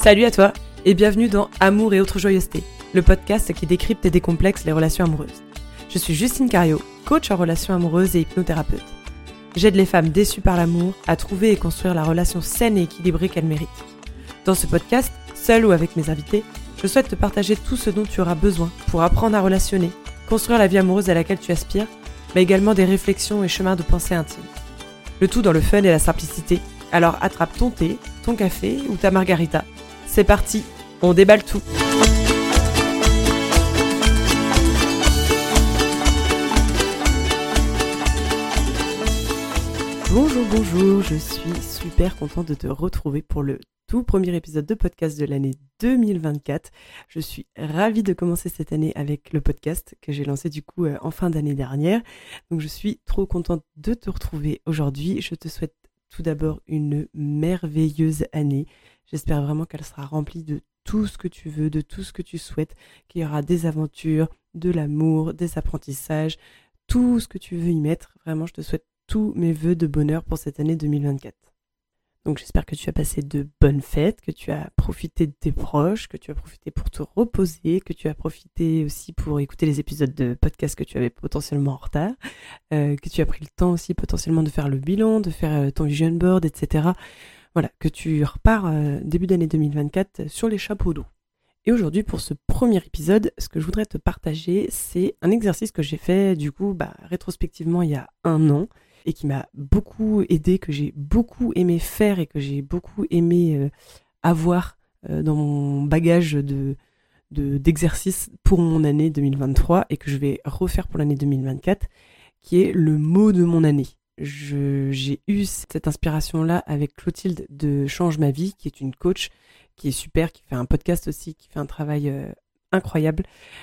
Salut à toi et bienvenue dans Amour et autres joyeusetés, le podcast qui décrypte et décomplexe les relations amoureuses. Je suis Justine Cario, coach en relations amoureuses et hypnothérapeute. J'aide les femmes déçues par l'amour à trouver et construire la relation saine et équilibrée qu'elles méritent. Dans ce podcast, seul ou avec mes invités, je souhaite te partager tout ce dont tu auras besoin pour apprendre à relationner, construire la vie amoureuse à laquelle tu aspires, mais également des réflexions et chemins de pensée intimes. Le tout dans le fun et la simplicité. Alors attrape ton thé, ton café ou ta margarita. C'est parti, on déballe tout. Bonjour, je suis super contente de te retrouver pour le tout premier épisode de podcast de l'année 2024. Je suis ravie de commencer cette année avec le podcast que j'ai lancé du coup en fin d'année dernière. Donc je suis trop contente de te retrouver aujourd'hui. Je te souhaite tout d'abord une merveilleuse année. J'espère vraiment qu'elle sera remplie de tout ce que tu veux, de tout ce que tu souhaites, qu'il y aura des aventures, de l'amour, des apprentissages, tout ce que tu veux y mettre. Vraiment, je te souhaite tous mes vœux de bonheur pour cette année 2024. Donc j'espère que tu as passé de bonnes fêtes, que tu as profité de tes proches, que tu as profité pour te reposer, que tu as profité aussi pour écouter les épisodes de podcast que tu avais potentiellement en retard, que tu as pris le temps aussi potentiellement de faire le bilan, de faire ton vision board, etc. Voilà, que tu repars début d'année 2024 sur les chapeaux d'eau. Et aujourd'hui, pour ce premier épisode, ce que je voudrais te partager, c'est un exercice que j'ai fait du coup rétrospectivement il y a 1 an et qui m'a beaucoup aidé, que j'ai beaucoup aimé faire et que j'ai beaucoup aimé avoir dans mon bagage d'exercices pour mon année 2023 et que je vais refaire pour l'année 2024, qui est le mot de mon année. J'ai eu cette inspiration-là avec Clotilde de Change ma vie, qui est une coach, qui est super, qui fait un podcast aussi, qui fait un travail incroyable.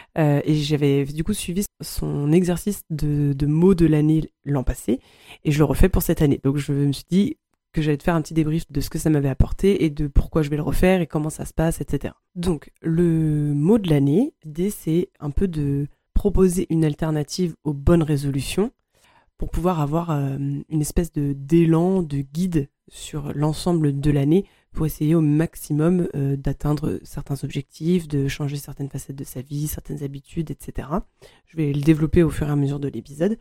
Et j'avais du coup suivi son exercice de mots de l'année l'an passé, et je le refais pour cette année. Donc je me suis dit que j'allais te faire un petit débrief de ce que ça m'avait apporté et de pourquoi je vais le refaire et comment ça se passe, etc. Donc le mot de l'année, l'idée c'est un peu de proposer une alternative aux bonnes résolutions, pour pouvoir avoir une espèce d'élan, de guide sur l'ensemble de l'année pour essayer au maximum d'atteindre certains objectifs, de changer certaines facettes de sa vie, certaines habitudes, etc. Je vais le développer au fur et à mesure de l'épisode.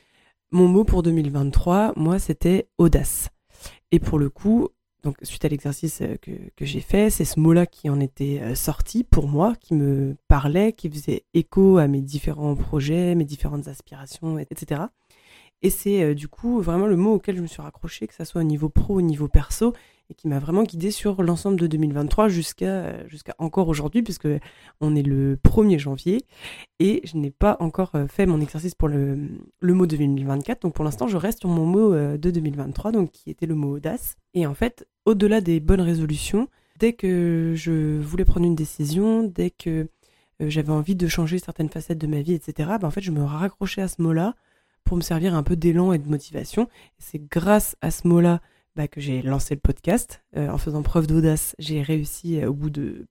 Mon mot pour 2023, moi, c'était audace. Et pour le coup, donc suite à l'exercice que j'ai fait, c'est ce mot-là qui en était sorti pour moi, qui me parlait, qui faisait écho à mes différents projets, mes différentes aspirations, etc. Et c'est du coup vraiment le mot auquel je me suis raccrochée, que ça soit au niveau pro, au niveau perso, et qui m'a vraiment guidée sur l'ensemble de 2023 jusqu'à encore aujourd'hui, puisque on est le 1er janvier, et je n'ai pas encore fait mon exercice pour le mot de 2024. Donc pour l'instant, je reste sur mon mot de 2023, donc qui était le mot audace. Et en fait, au-delà des bonnes résolutions, dès que je voulais prendre une décision, dès que j'avais envie de changer certaines facettes de ma vie, etc., en fait, je me raccrochais à ce mot-là, pour me servir un peu d'élan et de motivation. C'est grâce à ce mot-là que j'ai lancé le podcast. En faisant preuve d'audace, j'ai réussi au bout de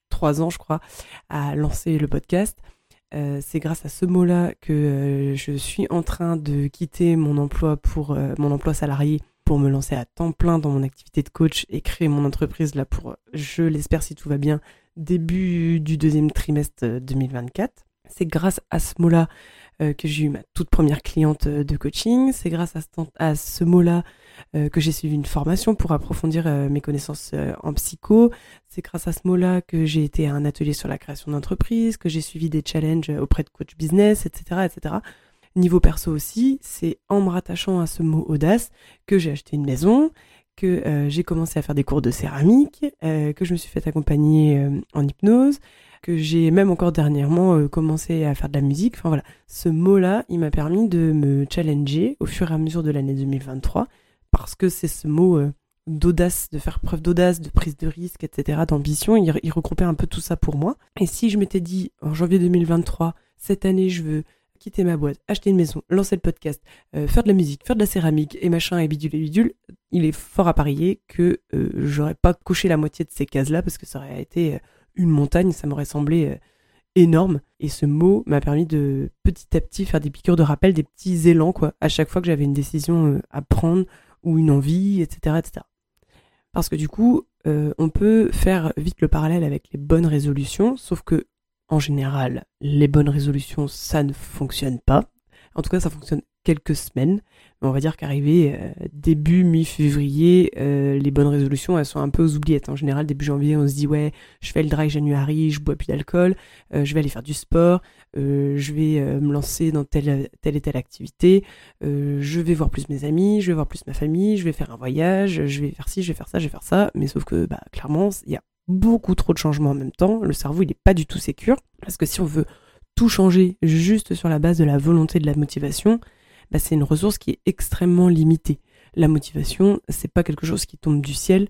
3 ans, je crois, à lancer le podcast. C'est grâce à ce mot-là que je suis en train de quitter mon emploi mon emploi salarié pour me lancer à temps plein dans mon activité de coach et créer mon entreprise là pour, je l'espère si tout va bien, début du 2e trimestre 2024. C'est grâce à ce mot-là que j'ai eu ma toute première cliente de coaching. C'est grâce à ce mot-là que j'ai suivi une formation pour approfondir mes connaissances en psycho. C'est grâce à ce mot-là que j'ai été à un atelier sur la création d'entreprise, que j'ai suivi des challenges auprès de coach business, etc., etc. Niveau perso aussi, c'est en me rattachant à ce mot audace que j'ai acheté une maison, que j'ai commencé à faire des cours de céramique, que je me suis fait accompagner en hypnose, que j'ai même encore dernièrement commencé à faire de la musique. Enfin voilà, ce mot-là, il m'a permis de me challenger au fur et à mesure de l'année 2023, parce que c'est ce mot d'audace, de faire preuve d'audace, de prise de risque, etc., d'ambition, il regroupait un peu tout ça pour moi. Et si je m'étais dit, en janvier 2023, cette année, je veux quitter ma boîte, acheter une maison, lancer le podcast, faire de la musique, faire de la céramike et machin et bidule, il est fort à parier que j'aurais pas coché la moitié de ces cases-là, parce que ça aurait été une montagne, ça m'aurait semblé énorme. Et ce mot m'a permis de petit à petit faire des piqûres de rappel, des petits élans, quoi, à chaque fois que j'avais une décision à prendre ou une envie, etc., etc. Parce que du coup, on peut faire vite le parallèle avec les bonnes résolutions, sauf que, en général, les bonnes résolutions, ça ne fonctionne pas. En tout cas, ça fonctionne quelques semaines. Mais on va dire qu'arrivé début, mi-février, les bonnes résolutions, elles sont un peu aux oubliettes. En général, début janvier, on se dit, ouais, je fais le dry January, je bois plus d'alcool, je vais aller faire du sport, je vais me lancer dans telle et telle activité, je vais voir plus mes amis, je vais voir plus ma famille, je vais faire un voyage, je vais faire ci, je vais faire ça, je vais faire ça. Mais sauf que, clairement, il y a beaucoup trop de changements en même temps. Le cerveau, il n'est pas du tout sécure. Parce que si on veut tout changer juste sur la base de la volonté, de la motivation, c'est une ressource qui est extrêmement limitée. La motivation, c'est pas quelque chose qui tombe du ciel.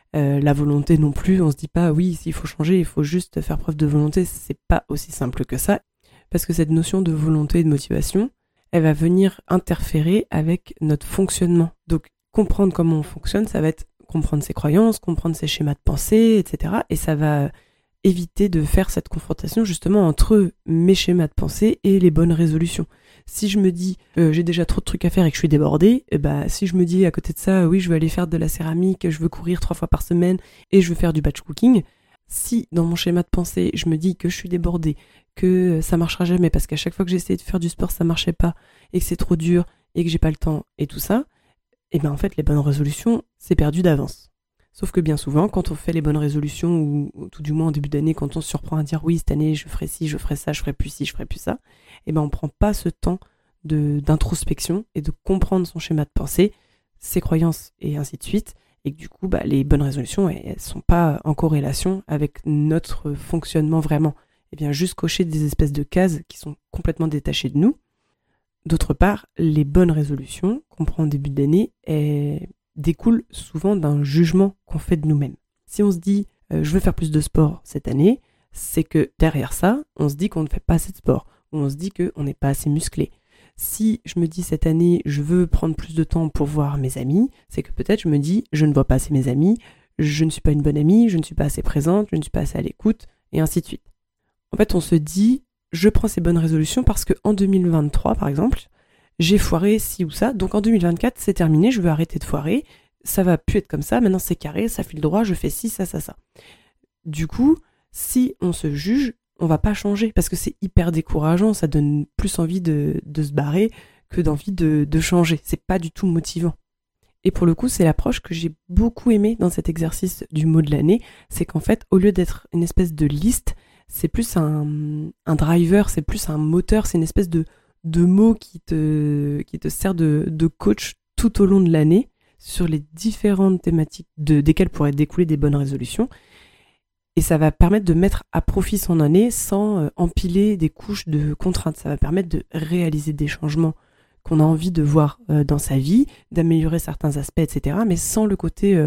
La volonté non plus, on se dit pas oui, s'il faut changer, il faut juste faire preuve de volonté. C'est pas aussi simple que ça. Parce que cette notion de volonté et de motivation, elle va venir interférer avec notre fonctionnement. Donc comprendre comment on fonctionne, ça va être comprendre ses croyances, comprendre ses schémas de pensée, etc. Et ça va éviter de faire cette confrontation justement entre mes schémas de pensée et les bonnes résolutions. Si je me dis j'ai déjà trop de trucs à faire et que je suis débordée, si je me dis à côté de ça, oui, je veux aller faire de la céramique, je veux courir 3 fois par semaine et je veux faire du batch cooking, si dans mon schéma de pensée, je me dis que je suis débordée, que ça marchera jamais parce qu'à chaque fois que j'essayais de faire du sport, ça marchait pas et que c'est trop dur et que j'ai pas le temps et tout ça, en fait, les bonnes résolutions, c'est perdu d'avance. Sauf que bien souvent, quand on fait les bonnes résolutions, ou tout du moins en début d'année, quand on se surprend à dire oui, cette année, je ferai ci, je ferai ça, je ferai plus ci, je ferai plus ça, on prend pas ce temps d'introspection et de comprendre son schéma de pensée, ses croyances et ainsi de suite, et que du coup, les bonnes résolutions, elles sont pas en corrélation avec notre fonctionnement vraiment. Juste cocher des espèces de cases qui sont complètement détachées de nous. D'autre part, les bonnes résolutions qu'on prend en début d'année, découle souvent d'un jugement qu'on fait de nous-mêmes. Si on se dit je veux faire plus de sport cette année, c'est que derrière ça, on se dit qu'on ne fait pas assez de sport, ou on se dit qu'on n'est pas assez musclé. Si je me dis cette année je veux prendre plus de temps pour voir mes amis, c'est que peut-être je me dis je ne vois pas assez mes amis, je ne suis pas une bonne amie, je ne suis pas assez présente, je ne suis pas assez à l'écoute, et ainsi de suite. En fait, on se dit je prends ces bonnes résolutions parce qu'en 2023, par exemple, j'ai foiré ci ou ça, donc en 2024, c'est terminé, je veux arrêter de foirer, ça va plus être comme ça, maintenant c'est carré, ça file droit, je fais ci, ça. Du coup, si on se juge, on va pas changer, parce que c'est hyper décourageant, ça donne plus envie de se barrer que d'envie de changer, c'est pas du tout motivant. Et pour le coup, c'est l'approche que j'ai beaucoup aimée dans cet exercice du mot de l'année, c'est qu'en fait, au lieu d'être une espèce de liste, c'est plus un driver, c'est plus un moteur, c'est une espèce de mots qui te sert de coach tout au long de l'année sur les différentes thématiques desquelles pourraient découler des bonnes résolutions. Et ça va permettre de mettre à profit son année sans empiler des couches de contraintes. Ça va permettre de réaliser des changements qu'on a envie de voir dans sa vie, d'améliorer certains aspects, etc. Mais sans le côté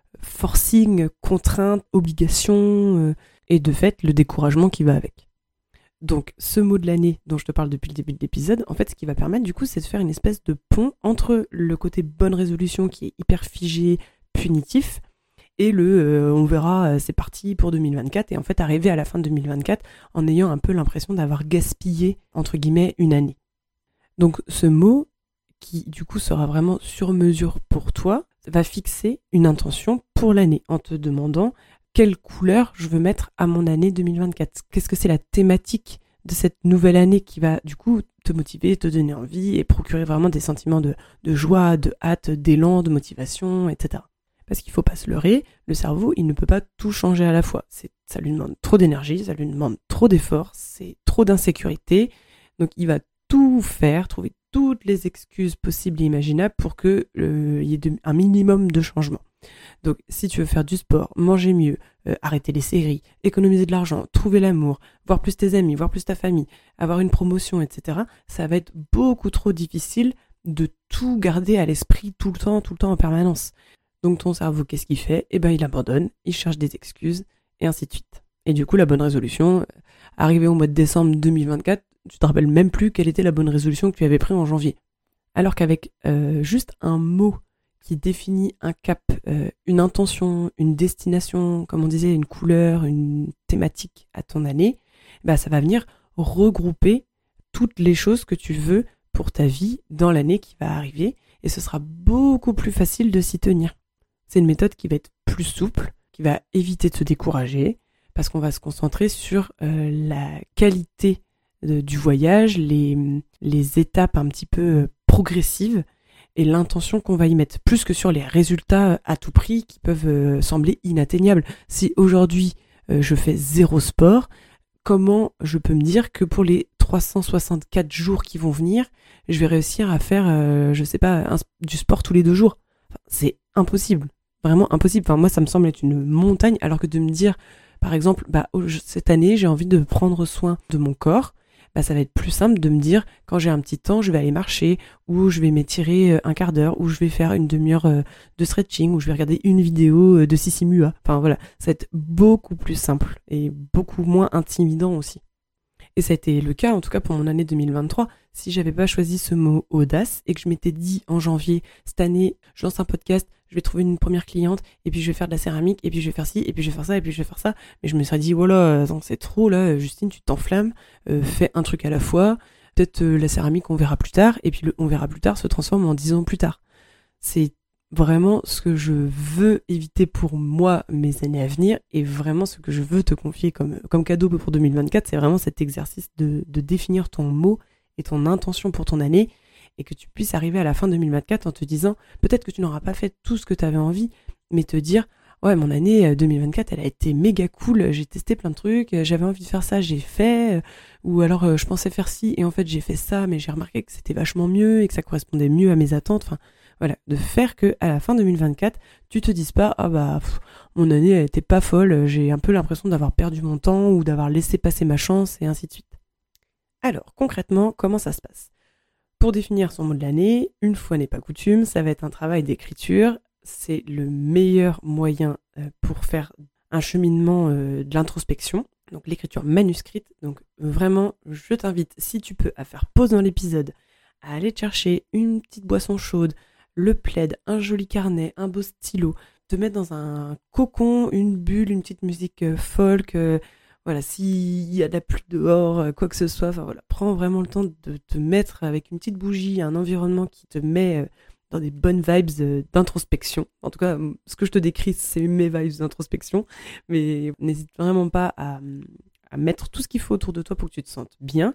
forcing, contrainte, obligation et de fait le découragement qui va avec. Donc, ce mot de l'année dont je te parle depuis le début de l'épisode, en fait, ce qui va permettre, du coup, c'est de faire une espèce de pont entre le côté bonne résolution qui est hyper figé, punitif, et on verra, c'est parti pour 2024, et en fait, arriver à la fin de 2024 en ayant un peu l'impression d'avoir gaspillé, entre guillemets, une année. Donc, ce mot, qui, du coup, sera vraiment sur mesure pour toi, va fixer une intention pour l'année, en te demandant quelle couleur je veux mettre à mon année 2024. Qu'est-ce que c'est la thématique de cette nouvelle année qui va du coup te motiver, te donner envie et procurer vraiment des sentiments de joie, de hâte, d'élan, de motivation, etc. Parce qu'il ne faut pas se leurrer, le cerveau, il ne peut pas tout changer à la fois. Ça lui demande trop d'énergie, ça lui demande trop d'efforts, c'est trop d'insécurité. Donc il va tout faire, trouver toutes les excuses possibles et imaginables pour qu'il y ait un minimum de changement. Donc, si tu veux faire du sport, manger mieux, arrêter les séries, économiser de l'argent, trouver l'amour, voir plus tes amis, voir plus ta famille, avoir une promotion, etc., ça va être beaucoup trop difficile de tout garder à l'esprit tout le temps en permanence. Donc, ton cerveau, qu'est-ce qu'il fait ? Il abandonne, il cherche des excuses, et ainsi de suite. Et du coup, la bonne résolution, arrivée au mois de décembre 2024, tu te rappelles même plus quelle était la bonne résolution que tu avais prise en janvier. Alors qu'avec juste un mot qui définit un cap, une intention, une destination, comme on disait, une couleur, une thématique à ton année, ça va venir regrouper toutes les choses que tu veux pour ta vie dans l'année qui va arriver et ce sera beaucoup plus facile de s'y tenir. C'est une méthode qui va être plus souple, qui va éviter de se décourager, parce qu'on va se concentrer sur la qualité du voyage, les étapes un petit peu progressives et l'intention qu'on va y mettre, plus que sur les résultats à tout prix qui peuvent sembler inatteignables. Si aujourd'hui je fais 0 sport, comment je peux me dire que pour les 364 jours qui vont venir, je vais réussir à faire, du sport tous les 2 jours? C'est impossible, vraiment impossible. Moi, ça me semble être une montagne, alors que de me dire, par exemple, cette année, j'ai envie de prendre soin de mon corps, ça va être plus simple de me dire, quand j'ai un petit temps, je vais aller marcher, ou je vais m'étirer un quart d'heure, ou je vais faire une demi-heure de stretching, ou je vais regarder une vidéo de Sissi Mua. Ça va être beaucoup plus simple et beaucoup moins intimidant aussi. Et ça a été le cas, en tout cas pour mon année 2023. Si j'avais pas choisi ce mot audace et que je m'étais dit en janvier, cette année, je lance un podcast, je vais trouver une première cliente, et puis je vais faire de la céramique, et puis je vais faire ci, et puis je vais faire ça, et puis je vais faire ça. Mais je me serais dit, voilà, attends, c'est trop là, Justine, tu t'enflammes, fais un truc à la fois. Peut-être la céramique, on verra plus tard, et puis on verra plus tard se transforme en 10 ans plus tard. C'est vraiment ce que je veux éviter pour moi, mes années à venir, et vraiment ce que je veux te confier comme cadeau pour 2024, c'est vraiment cet exercice de définir ton mot et ton intention pour ton année, et que tu puisses arriver à la fin 2024 en te disant, peut-être que tu n'auras pas fait tout ce que tu avais envie, mais te dire, ouais, mon année 2024, elle a été méga cool, j'ai testé plein de trucs, j'avais envie de faire ça, j'ai fait, ou alors je pensais faire ci, et en fait j'ai fait ça, mais j'ai remarqué que c'était vachement mieux, et que ça correspondait mieux à mes attentes, voilà, de faire que à la fin 2024, tu te dises pas, mon année elle était pas folle, j'ai un peu l'impression d'avoir perdu mon temps, ou d'avoir laissé passer ma chance, et ainsi de suite. Alors, concrètement, comment ça se passe ? Pour définir son mot de l'année, une fois n'est pas coutume, ça va être un travail d'écriture. C'est le meilleur moyen pour faire un cheminement de l'introspection, donc l'écriture manuscrite. Donc vraiment, je t'invite, si tu peux, à faire pause dans l'épisode, à aller te chercher une petite boisson chaude, le plaid, un joli carnet, un beau stylo, te mettre dans un cocon, une bulle, une petite musique folk, s'il y a de la pluie dehors, quoi que ce soit, prends vraiment le temps de te mettre avec une petite bougie, un environnement qui te met dans des bonnes vibes d'introspection. En tout cas, ce que je te décris, c'est mes vibes d'introspection, mais n'hésite vraiment pas à mettre tout ce qu'il faut autour de toi pour que tu te sentes bien.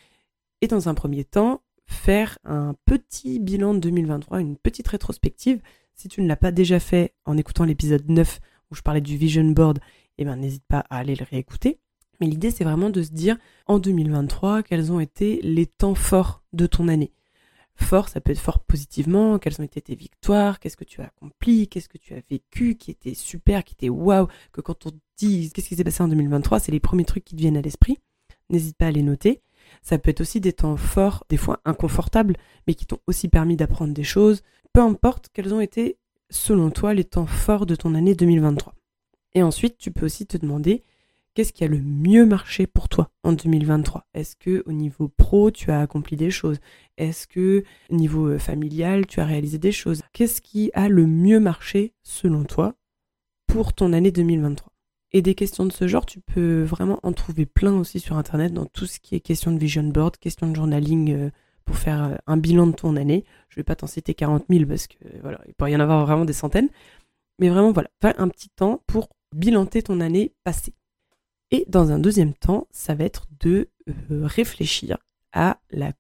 Et dans un premier temps, faire un petit bilan de 2023, une petite rétrospective. Si tu ne l'as pas déjà fait en écoutant l'épisode 9 où je parlais du vision board, n'hésite pas à aller le réécouter. Mais l'idée, c'est vraiment de se dire, en 2023, quels ont été les temps forts de ton année. Fort, ça peut être fort positivement, quelles ont été tes victoires, qu'est-ce que tu as accompli, qu'est-ce que tu as vécu, qui était super, qui était waouh, que quand on te dit qu'est-ce qui s'est passé en 2023, c'est les premiers trucs qui te viennent à l'esprit. N'hésite pas à les noter. Ça peut être aussi des temps forts, des fois inconfortables, mais qui t'ont aussi permis d'apprendre des choses. Peu importe quels ont été, selon toi, les temps forts de ton année 2023. Et ensuite, tu peux aussi te demander qu'est-ce qui a le mieux marché pour toi en 2023 ? Est-ce que au niveau pro, tu as accompli des choses ? Est-ce que au niveau familial, tu as réalisé des choses ? Qu'est-ce qui a le mieux marché selon toi pour ton année 2023 ? Et des questions de ce genre, tu peux vraiment en trouver plein aussi sur Internet dans tout ce qui est question de vision board, question de journaling pour faire un bilan de ton année. Je ne vais pas t'en citer 40 000 parce que il pourrait y en avoir vraiment des centaines. Mais vraiment, fais un petit temps pour bilanter ton année passée. Et dans un deuxième temps, ça va être de réfléchir à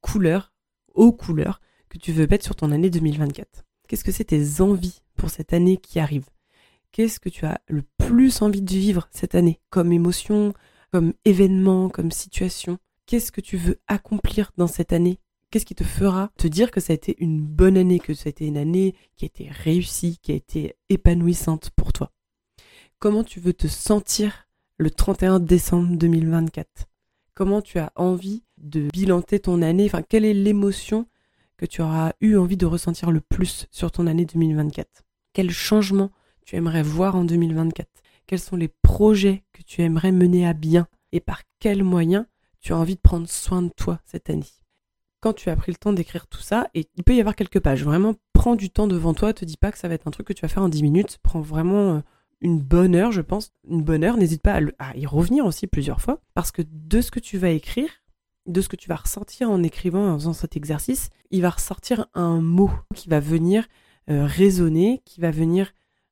aux couleurs que tu veux mettre sur ton année 2024. Qu'est-ce que c'est tes envies pour cette année qui arrive ? Qu'est-ce que tu as le plus envie de vivre cette année, comme émotion, comme événement, comme situation ? Qu'est-ce que tu veux accomplir dans cette année ? Qu'est-ce qui te fera te dire que ça a été une bonne année, que ça a été une année qui a été réussie, qui a été épanouissante pour toi ? Comment tu veux te sentir le 31 décembre 2024 ? Comment tu as envie de bilanter ton année ? Quelle est l'émotion que tu auras eu envie de ressentir le plus sur ton année 2024 ? Quel changement tu aimerais voir en 2024 ? Quels sont les projets que tu aimerais mener à bien ? Et par quels moyens tu as envie de prendre soin de toi cette année ? Quand tu as pris le temps d'écrire tout ça, et il peut y avoir quelques pages, vraiment prends du temps devant toi, te dis pas que ça va être un truc que tu vas faire en 10 minutes, prends vraiment une bonne heure, je pense. Une bonne heure, n'hésite pas à y revenir aussi plusieurs fois, parce que de ce que tu vas écrire, de ce que tu vas ressentir en écrivant, en faisant cet exercice, il va ressortir un mot qui va venir résonner, qui va venir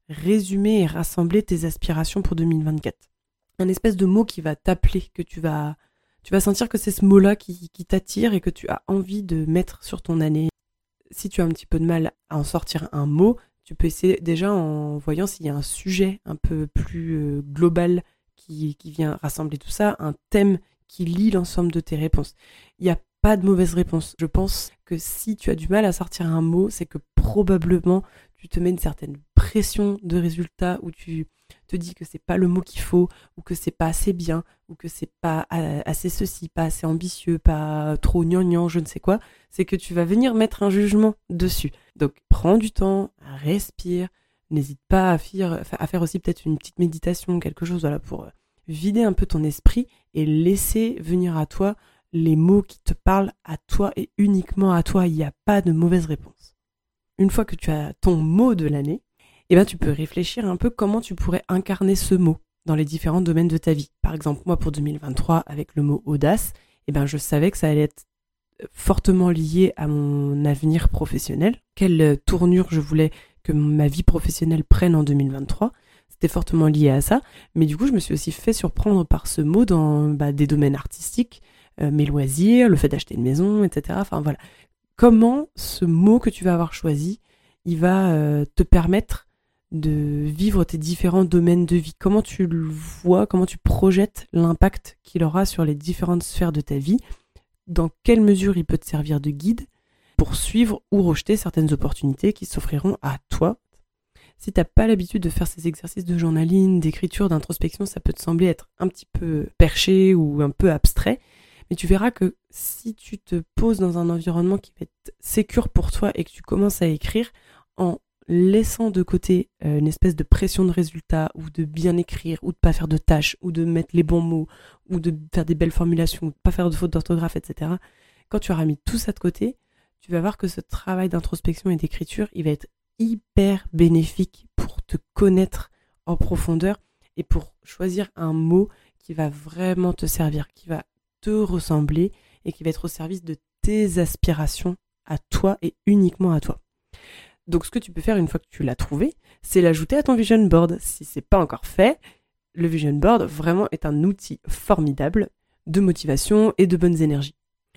résumer et rassembler tes aspirations pour 2024. Un espèce de mot qui va t'appeler, que tu vas sentir que c'est ce mot-là qui t'attire et que tu as envie de mettre sur ton année. Si tu as un petit peu de mal à en sortir un mot, tu peux essayer déjà en voyant s'il y a un sujet un peu plus global qui vient rassembler tout ça, un thème qui lie l'ensemble de tes réponses. Il n'y a pas de mauvaise réponse. Je pense que si tu as du mal à sortir un mot, c'est que probablement tu te mets une certaine pression de résultat où tu te dis que c'est pas le mot qu'il faut, ou que c'est pas assez bien, ou que c'est pas assez ceci, pas assez ambitieux, pas trop gnangnan, je ne sais quoi, c'est que tu vas venir mettre un jugement dessus. Donc prends du temps, respire, n'hésite pas à faire aussi peut-être une petite méditation, quelque chose pour vider un peu ton esprit et laisser venir à toi les mots qui te parlent à toi et uniquement à toi. Il n'y a pas de mauvaise réponse. Une fois que tu as ton mot de l'année, tu peux réfléchir un peu comment tu pourrais incarner ce mot dans les différents domaines de ta vie. Par exemple, moi pour 2023, avec le mot audace, je savais que ça allait être fortement lié à mon avenir professionnel. Quelle tournure je voulais que ma vie professionnelle prenne en 2023. C'était fortement lié à ça. Mais du coup, je me suis aussi fait surprendre par ce mot dans des domaines artistiques, mes loisirs, le fait d'acheter une maison, etc. Enfin voilà. Comment ce mot que tu vas avoir choisi, il va te permettre de vivre tes différents domaines de vie. Comment tu le vois, comment tu projettes l'impact qu'il aura sur les différentes sphères de ta vie, dans quelle mesure il peut te servir de guide pour suivre ou rejeter certaines opportunités qui s'offriront à toi. Si tu n'as pas l'habitude de faire ces exercices de journaling, d'écriture, d'introspection, ça peut te sembler être un petit peu perché ou un peu abstrait, mais tu verras que si tu te poses dans un environnement qui va être sécure pour toi et que tu commences à écrire en laissant de côté une espèce de pression de résultat ou de bien écrire ou de pas faire de tâches ou de mettre les bons mots ou de faire des belles formulations ou de pas faire de fautes d'orthographe, etc. Quand tu auras mis tout ça de côté, tu vas voir que ce travail d'introspection et d'écriture, il va être hyper bénéfique pour te connaître en profondeur et pour choisir un mot qui va vraiment te servir, qui va te ressembler et qui va être au service de tes aspirations à toi et uniquement à toi. Donc ce que tu peux faire une fois que tu l'as trouvé, c'est l'ajouter à ton vision board. Si c'est pas encore fait, le vision board vraiment est un outil formidable de motivation et de bonnes énergies.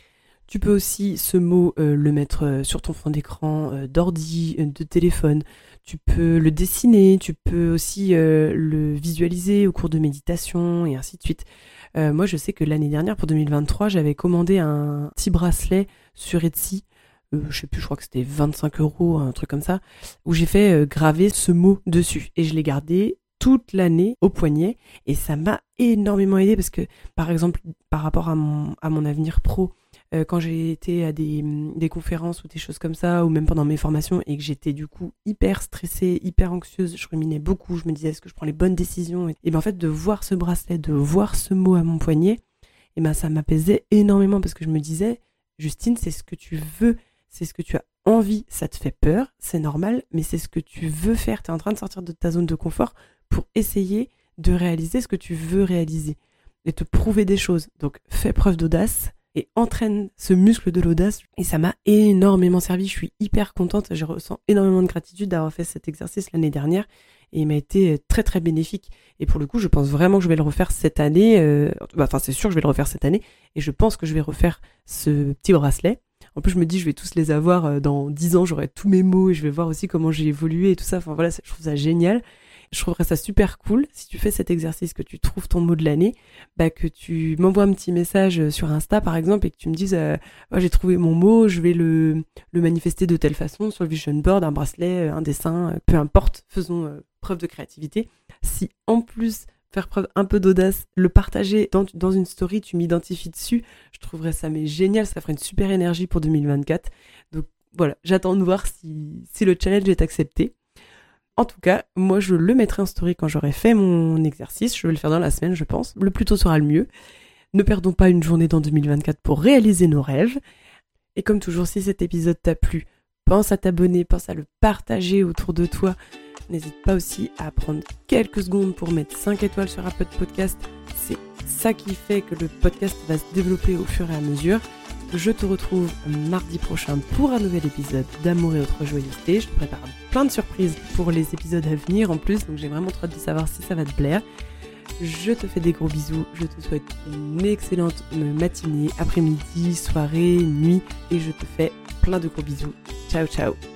Tu peux aussi ce mot le mettre sur ton fond d'écran d'ordi, de téléphone. Tu peux le dessiner, tu peux aussi le visualiser au cours de méditation et ainsi de suite. Moi je sais que l'année dernière pour 2023, j'avais commandé un petit bracelet sur Etsy. Je sais plus, je crois que c'était 25 €, un truc comme ça, où j'ai fait graver ce mot dessus. Et je l'ai gardé toute l'année au poignet et ça m'a énormément aidé parce que, par exemple, par rapport à mon avenir pro, quand j'ai été à des conférences ou des choses comme ça, ou même pendant mes formations et que j'étais du coup hyper stressée, hyper anxieuse, je ruminais beaucoup, je me disais est-ce que je prends les bonnes décisions et en fait de voir ce bracelet, de voir ce mot à mon poignet, ça m'apaisait énormément parce que je me disais Justine, c'est ce que tu veux, c'est ce que tu as envie, ça te fait peur, c'est normal, mais c'est ce que tu veux faire, tu es en train de sortir de ta zone de confort pour essayer de réaliser ce que tu veux réaliser et te prouver des choses. Donc fais preuve d'audace et entraîne ce muscle de l'audace et ça m'a énormément servi, je suis hyper contente, je ressens énormément de gratitude d'avoir fait cet exercice l'année dernière et il m'a été très très bénéfique et pour le coup je pense vraiment que je vais le refaire cette année, c'est sûr que je vais le refaire cette année et je pense que je vais refaire ce petit bracelet. En plus, je me dis, je vais tous les avoir dans 10 ans, j'aurai tous mes mots et je vais voir aussi comment j'ai évolué et tout ça. Enfin voilà, je trouve ça génial. Je trouverais ça super cool si tu fais cet exercice, que tu trouves ton mot de l'année, que tu m'envoies un petit message sur Insta par exemple et que tu me dises j'ai trouvé mon mot, je vais le manifester de telle façon sur le vision board, un bracelet, un dessin, peu importe, faisons preuve de créativité. Si en plus faire preuve un peu d'audace, le partager dans une story, tu m'identifies dessus, je trouverais ça génial, ça ferait une super énergie pour 2024. Donc voilà, j'attends de voir si le challenge est accepté. En tout cas, moi je le mettrai en story quand j'aurai fait mon exercice, je vais le faire dans la semaine je pense, le plus tôt sera le mieux. Ne perdons pas une journée dans 2024 pour réaliser nos rêves. Et comme toujours, si cet épisode t'a plu, pense à t'abonner, pense à le partager autour de toi. N'hésite pas aussi à prendre quelques secondes pour mettre 5 étoiles sur Apple Podcast. C'est ça qui fait que le podcast va se développer au fur et à mesure. Je te retrouve mardi prochain pour un nouvel épisode d'Amour et autres joyeusetés. Je te prépare plein de surprises pour les épisodes à venir en plus, donc j'ai vraiment trop hâte de savoir si ça va te plaire. Je te fais des gros bisous, je te souhaite une excellente matinée, après-midi, soirée, nuit, et je te fais plein de gros bisous. Ciao ciao.